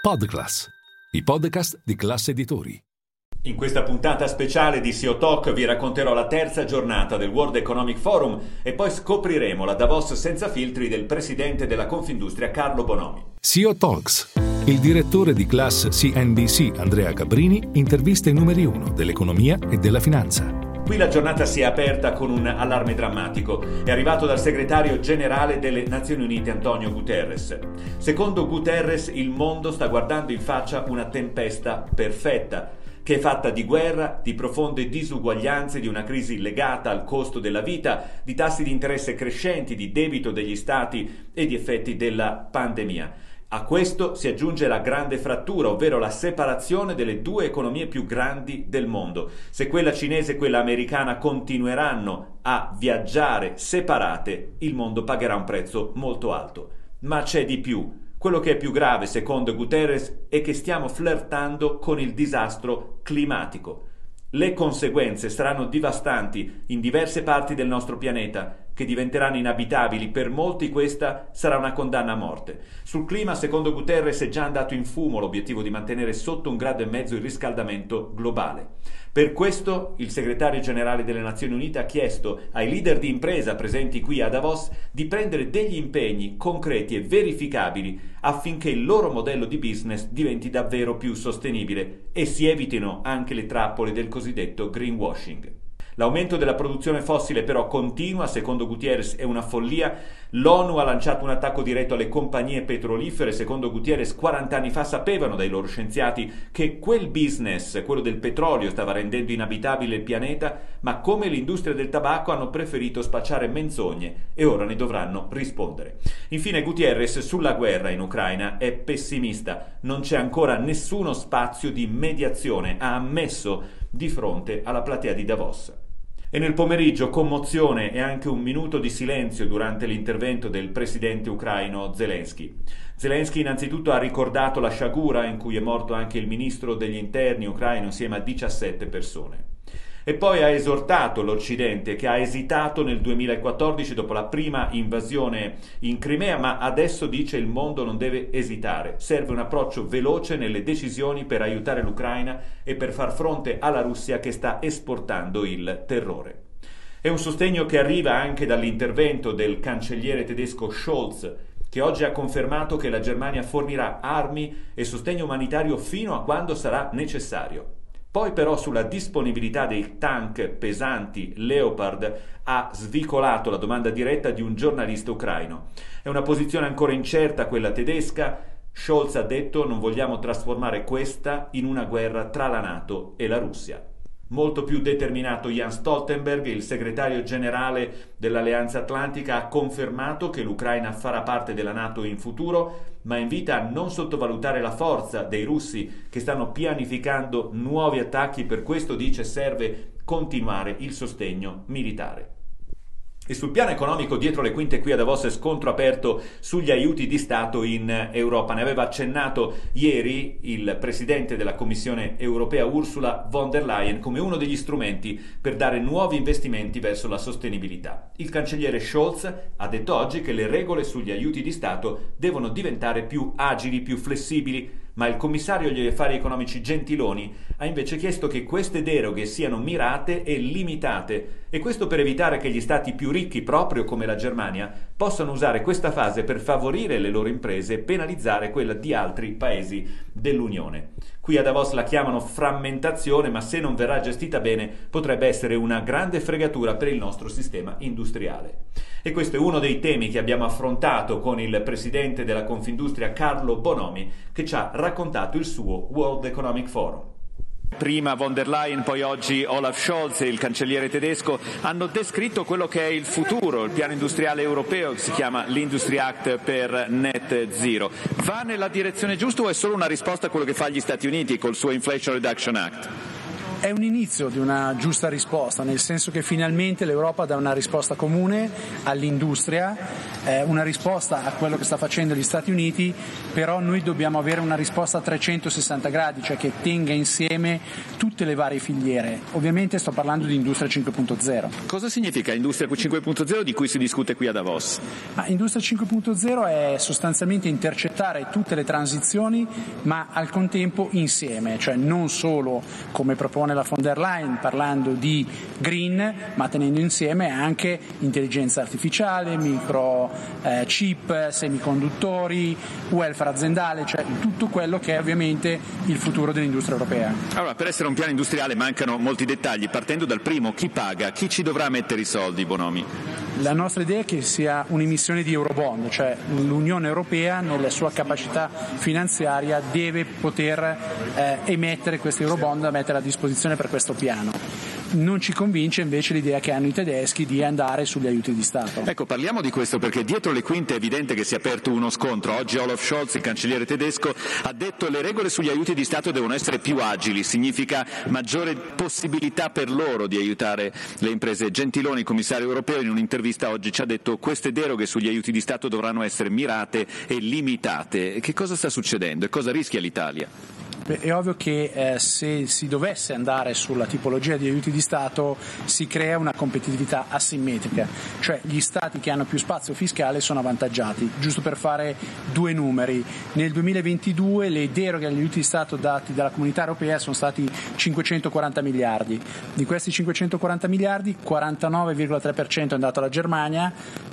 Podclass, i podcast di Class Editori. In questa puntata speciale di SEO Talk vi racconterò la terza giornata del World Economic Forum e poi scopriremo la Davos senza filtri del presidente della Confindustria Carlo Bonomi. SEO Talks. Il direttore di Class CNBC, Andrea Cabrini, intervista i numeri 1 dell'economia e della finanza. Qui la giornata si è aperta con un allarme drammatico. È arrivato dal segretario generale delle Nazioni Unite Antonio Guterres. Secondo Guterres il mondo sta guardando in faccia una tempesta perfetta, che è fatta di guerra, di profonde disuguaglianze, di una crisi legata al costo della vita, di tassi di interesse crescenti, di debito degli stati e di effetti della pandemia. A questo si aggiunge la grande frattura, ovvero la separazione delle due economie più grandi del mondo. Se quella cinese e quella americana continueranno a viaggiare separate, il mondo pagherà un prezzo molto alto. Ma c'è di più. Quello che è più grave, secondo Guterres, è che stiamo flirtando con il disastro climatico. Le conseguenze saranno devastanti in diverse parti del nostro pianeta, che diventeranno inabitabili. Per molti questa sarà una condanna a morte. Sul clima, secondo Guterres, è già andato in fumo l'obiettivo di mantenere sotto 1,5 gradi il riscaldamento globale. Per questo il segretario generale delle Nazioni Unite ha chiesto ai leader di impresa presenti qui a Davos di prendere degli impegni concreti e verificabili affinché il loro modello di business diventi davvero più sostenibile e si evitino anche le trappole del cosiddetto greenwashing. L'aumento della produzione fossile però continua, secondo Guterres è una follia. L'ONU ha lanciato un attacco diretto alle compagnie petrolifere. Secondo Guterres 40 anni fa sapevano dai loro scienziati che quel business, quello del petrolio, stava rendendo inabitabile il pianeta, ma come l'industria del tabacco hanno preferito spacciare menzogne e ora ne dovranno rispondere. Infine Guterres sulla guerra in Ucraina è pessimista. Non c'è ancora nessuno spazio di mediazione, ha ammesso di fronte alla platea di Davos. E nel pomeriggio commozione e anche un minuto di silenzio durante l'intervento del presidente ucraino Zelensky. Zelensky innanzitutto ha ricordato la sciagura in cui è morto anche il ministro degli interni ucraino insieme a 17 persone. E poi ha esortato l'Occidente, che ha esitato nel 2014 dopo la prima invasione in Crimea, ma adesso dice il mondo non deve esitare. Serve un approccio veloce nelle decisioni per aiutare l'Ucraina e per far fronte alla Russia che sta esportando il terrore. È un sostegno che arriva anche dall'intervento del cancelliere tedesco Scholz, che oggi ha confermato che la Germania fornirà armi e sostegno umanitario fino a quando sarà necessario. Poi però sulla disponibilità dei tank pesanti Leopard ha svicolato la domanda diretta di un giornalista ucraino. È una posizione ancora incerta quella tedesca. Scholz ha detto: non vogliamo trasformare questa in una guerra tra la NATO e la Russia. Molto più determinato Jens Stoltenberg, il segretario generale dell'Alleanza Atlantica, ha confermato che l'Ucraina farà parte della NATO in futuro, ma invita a non sottovalutare la forza dei russi che stanno pianificando nuovi attacchi. Per questo dice serve continuare il sostegno militare. E sul piano economico, dietro le quinte qui a Davos, scontro aperto sugli aiuti di Stato in Europa. Ne aveva accennato ieri il presidente della Commissione europea Ursula von der Leyen come uno degli strumenti per dare nuovi investimenti verso la sostenibilità. Il cancelliere Scholz ha detto oggi che le regole sugli aiuti di Stato devono diventare più agili, più flessibili, ma il commissario agli affari economici Gentiloni ha invece chiesto che queste deroghe siano mirate e limitate, e questo per evitare che gli stati più ricchi, proprio come la Germania, possano usare questa fase per favorire le loro imprese e penalizzare quella di altri paesi dell'Unione. Qui a Davos la chiamano frammentazione, ma se non verrà gestita bene potrebbe essere una grande fregatura per il nostro sistema industriale. E questo è uno dei temi che abbiamo affrontato con il presidente della Confindustria Carlo Bonomi, che ci ha raccontato il suo World Economic Forum. Prima von der Leyen, poi oggi Olaf Scholz, il cancelliere tedesco, hanno descritto quello che è il futuro, il piano industriale europeo che si chiama l'Industry Act per Net Zero. Va nella direzione giusta o è solo una risposta a quello che fa gli Stati Uniti col suo Inflation Reduction Act? È un inizio di una giusta risposta, nel senso che finalmente l'Europa dà una risposta comune all'industria, una risposta a quello che sta facendo gli Stati Uniti, però noi dobbiamo avere una risposta a 360 gradi, cioè che tenga insieme tutte le varie filiere. Ovviamente sto parlando di Industria 5.0. Cosa significa Industria 5.0 di cui si discute qui a Davos? Industria 5.0 è sostanzialmente intercettare tutte le transizioni, ma al contempo insieme, cioè non solo come propone la von der Leyen parlando di green, ma tenendo insieme anche intelligenza artificiale, microchip, semiconduttori, welfare aziendale, cioè tutto quello che è ovviamente il futuro dell'industria europea. Allora, per essere un piano industriale mancano molti dettagli, partendo dal primo: chi paga, chi ci dovrà mettere i soldi, Bonomi? La nostra idea è che sia un'emissione di Eurobond, cioè l'Unione Europea nella sua capacità finanziaria deve poter emettere questi Eurobond da mettere a disposizione per questo piano. Non ci convince invece l'idea che hanno i tedeschi di andare sugli aiuti di Stato. Ecco, parliamo di questo perché dietro le quinte è evidente che si è aperto uno scontro. Oggi Olaf Scholz, il cancelliere tedesco, ha detto che le regole sugli aiuti di Stato devono essere più agili, significa maggiore possibilità per loro di aiutare le imprese. Gentiloni, commissario europeo, in un'intervista oggi ci ha detto che queste deroghe sugli aiuti di Stato dovranno essere mirate e limitate. Che cosa sta succedendo e cosa rischia l'Italia? È ovvio che se si dovesse andare sulla tipologia di aiuti di Stato si crea una competitività asimmetrica, cioè gli Stati che hanno più spazio fiscale sono avvantaggiati. Giusto per fare due numeri, nel 2022 le deroghe agli aiuti di Stato dati dalla Comunità Europea sono stati 540 miliardi. Di questi 540 miliardi 49,3% è andato alla Germania,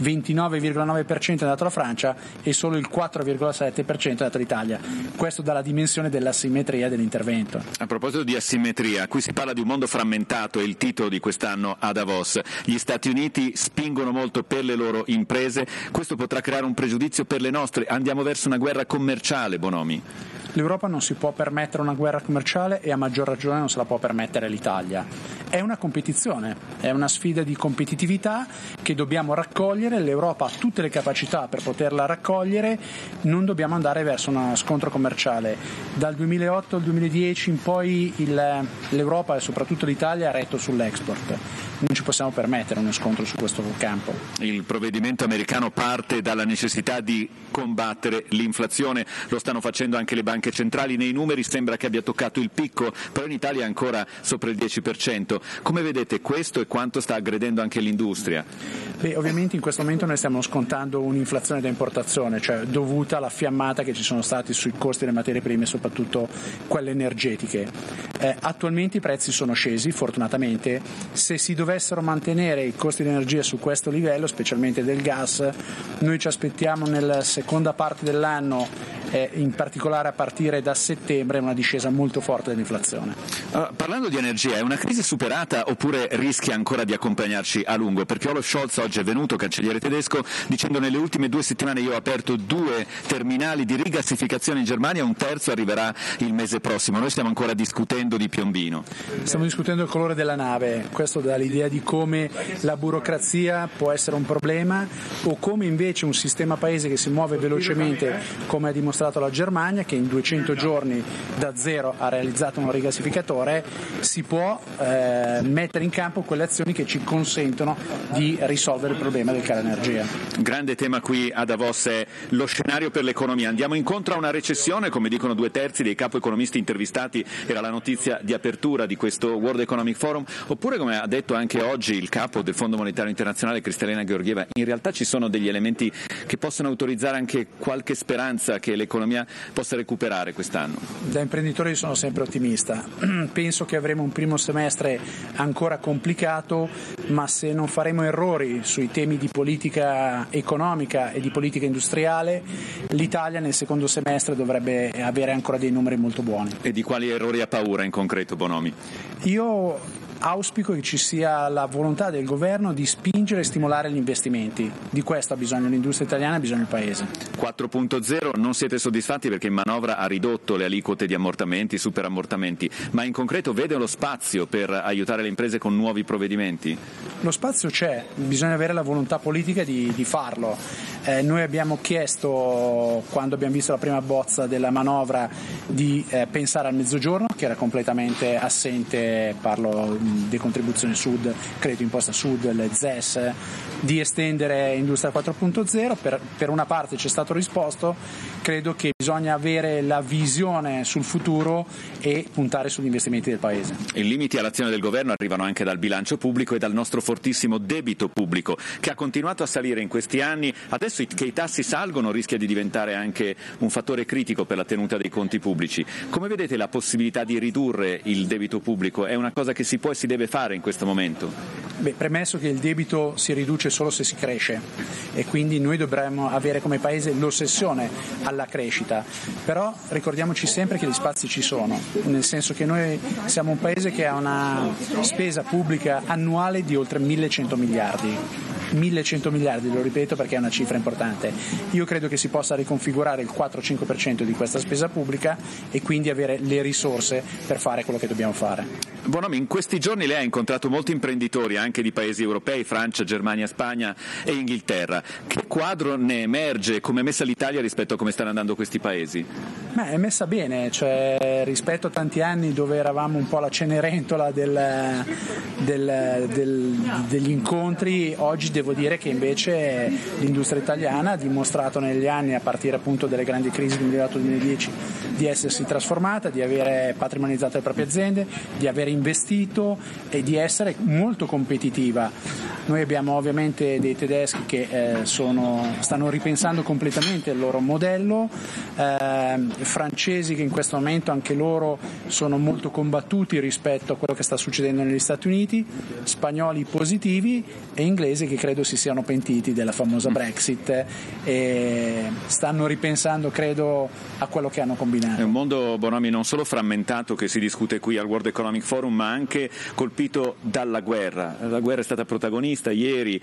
29,9% è andato alla Francia e solo il 4,7% è andato all'Italia. Questo dà la dimensione dell'asimmetria dell'intervento. A proposito di asimmetria, qui si parla di un mondo frammentato, è il titolo di quest'anno a Davos. Gli Stati Uniti spingono molto per le loro imprese, questo potrà creare un pregiudizio per le nostre. Andiamo verso una guerra commerciale, Bonomi. L'Europa non si può permettere una guerra commerciale e a maggior ragione non se la può permettere l'Italia. È una competizione, è una sfida di competitività che dobbiamo raccogliere, l'Europa ha tutte le capacità per poterla raccogliere, non dobbiamo andare verso uno scontro commerciale. Dal 2008 al 2010 in poi l'Europa e soprattutto l'Italia ha retto sull'export. Non ci possiamo permettere uno scontro su questo campo. Il provvedimento americano parte dalla necessità di combattere l'inflazione, lo stanno facendo anche le banche centrali, nei numeri sembra che abbia toccato il picco, però in Italia è ancora sopra il 10%. Come vedete questo e quanto sta aggredendo anche l'industria? Ovviamente in questo momento noi stiamo scontando un'inflazione da importazione, cioè dovuta alla fiammata che ci sono stati sui costi delle materie prime, soprattutto quelle energetiche. Attualmente i prezzi sono scesi, fortunatamente. Se si dovessero mantenere i costi di energia su questo livello, specialmente del gas, noi ci aspettiamo nella seconda parte dell'anno, in particolare a partire da settembre, una discesa molto forte dell'inflazione. Parlando di energia, è una crisi superata oppure rischia ancora di accompagnarci a lungo? Perché Olaf Scholz oggi è venuto, cancelliere tedesco, dicendo nelle ultime 2 settimane io ho aperto 2 terminali di rigassificazione in Germania, un terzo arriverà il mese prossimo. Noi stiamo ancora discutendo di Piombino. Stiamo discutendo il colore della nave, questo dà l'idea di come la burocrazia può essere un problema o come invece un sistema paese che si muove velocemente, come ha dimostrato la Germania, che in 200 giorni da zero ha realizzato un rigassificatore, si può mettere in campo quelle azioni che ci consentono di risolvere il problema del caro energia. Grande tema qui a Davos è lo scenario per l'economia. Andiamo incontro a una recessione, come dicono 2/3 dei capo economisti intervistati, era la notizia di apertura di questo World Economic Forum, oppure come ha detto anche oggi il capo del Fondo Monetario Internazionale Kristalina Georgieva, in realtà ci sono degli elementi che possono autorizzare anche qualche speranza che l'economia possa recuperare quest'anno? Da imprenditore sono sempre ottimista, penso che avremo un primo semestre ancora complicato, ma se non faremo errori sui temi di politica economica e di politica industriale, l'Italia nel secondo semestre dovrebbe avere ancora dei numeri molto buoni. E di quali errori ha paura in concreto, Bonomi? Io auspico che ci sia la volontà del governo di spingere e stimolare gli investimenti. Di questo ha bisogno l'industria italiana, ha bisogno il Paese. 4.0, non siete soddisfatti perché in manovra ha ridotto le aliquote di ammortamenti, superammortamenti, ma in concreto vede lo spazio per aiutare le imprese con nuovi provvedimenti? Lo spazio c'è, bisogna avere la volontà politica di farlo. Noi abbiamo chiesto, quando abbiamo visto la prima bozza della manovra, di pensare al Mezzogiorno, che era completamente assente, parlo di contribuzione Sud, credito imposta Sud, le ZES, di estendere Industria 4.0, per una parte ci è stato risposto, credo che bisogna avere la visione sul futuro e puntare sugli investimenti del Paese. I limiti all'azione del governo arrivano anche dal bilancio pubblico e dal nostro fortissimo debito pubblico, che ha continuato a salire in questi anni. Adesso che i tassi salgono rischia di diventare anche un fattore critico per la tenuta dei conti pubblici. Come vedete la possibilità di ridurre il debito pubblico? È una cosa che si può e si deve fare in questo momento? Premesso che il debito si riduce solo se si cresce, e quindi noi dovremmo avere come Paese l'ossessione alla crescita, però ricordiamoci sempre che gli spazi ci sono, nel senso che noi siamo un Paese che ha una spesa pubblica annuale di oltre 1100 miliardi. 1100 miliardi, lo ripeto perché è una cifra importante. Io credo che si possa riconfigurare il 4-5% di questa spesa pubblica e quindi avere le risorse per fare quello che dobbiamo fare. Bonomi, in questi giorni lei ha incontrato molti imprenditori anche di paesi europei, Francia, Germania, Spagna e Inghilterra. Che quadro ne emerge? Come è messa l'Italia rispetto a come stanno andando questi paesi? È messa bene, cioè, rispetto a tanti anni dove eravamo un po' la cenerentola degli incontri, oggi devo dire che invece l'industria italiana ha dimostrato negli anni, a partire appunto dalle grandi crisi del 2008-2010, di essersi trasformata, di avere patrimonializzato le proprie aziende, di aver investito e di essere molto competitiva. Noi abbiamo ovviamente dei tedeschi che stanno ripensando completamente il loro modello, francesi che in questo momento anche loro sono molto combattuti rispetto a quello che sta succedendo negli Stati Uniti, spagnoli positivi e inglesi che credo si siano pentiti della famosa Brexit e stanno ripensando, credo, a quello che hanno combinato. È un mondo, Bonomi, non solo frammentato che si discute qui al World Economic Forum, ma anche colpito dalla guerra. La guerra è stata protagonista ieri,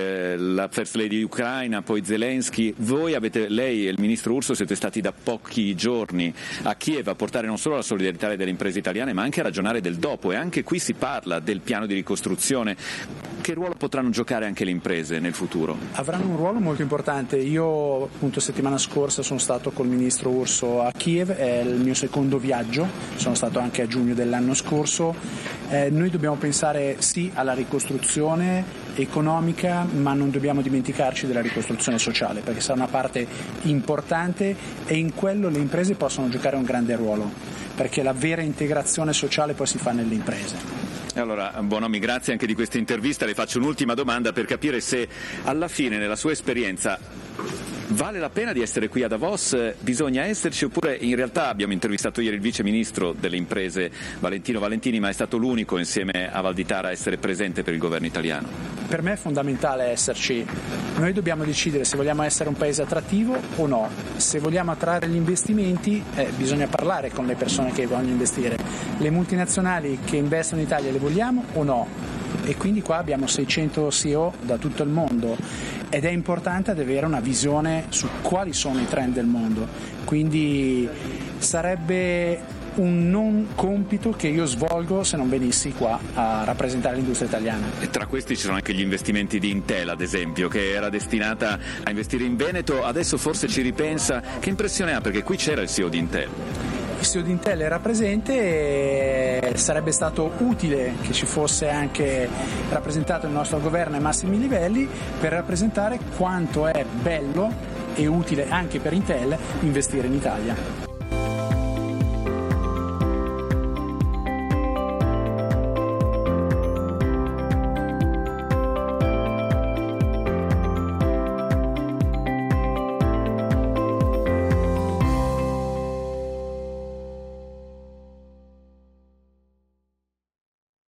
la First Lady di Ucraina, poi Zelensky. Lei e il ministro Urso siete stati da pochi giorni a Kiev a portare non solo la solidarietà delle imprese italiane, ma anche a ragionare del dopo, e anche qui si parla del piano di ricostruzione. Che ruolo potranno giocare anche le imprese nel futuro? Avranno un ruolo molto importante. Io appunto settimana scorsa sono stato col ministro Urso a Kiev, è il mio secondo viaggio, sono stato anche a giugno dell'anno scorso. Noi dobbiamo pensare sì alla ricostruzione economica, ma non dobbiamo dimenticarci della ricostruzione sociale, perché sarà una parte importante e in quello le imprese possono giocare un grande ruolo, perché la vera integrazione sociale poi si fa nelle imprese. Allora, Bonomi, grazie anche di questa intervista. Le faccio un'ultima domanda per capire se alla fine, nella sua esperienza, vale la pena di essere qui a Davos? Bisogna esserci, oppure in realtà abbiamo intervistato ieri il vice ministro delle imprese Valentino Valentini, ma è stato l'unico insieme a Valditara a essere presente per il governo italiano? Per me è fondamentale esserci. Noi dobbiamo decidere se vogliamo essere un paese attrattivo o no. Se vogliamo attrarre gli investimenti bisogna parlare con le persone che vogliono investire. Le multinazionali che investono in Italia le vogliamo o no? E quindi qua abbiamo 600 CEO da tutto il mondo ed è importante avere una visione su quali sono i trend del mondo, quindi sarebbe un non compito che io svolgo se non venissi qua a rappresentare l'industria italiana. E tra questi ci sono anche gli investimenti di Intel, ad esempio, che era destinata a investire in Veneto, adesso forse ci ripensa. Che impressione ha? Perché qui c'era il CEO di Intel. Il CEO di Intel era presente e sarebbe stato utile che ci fosse anche rappresentato il nostro governo ai massimi livelli per rappresentare quanto è bello e utile anche per Intel investire in Italia.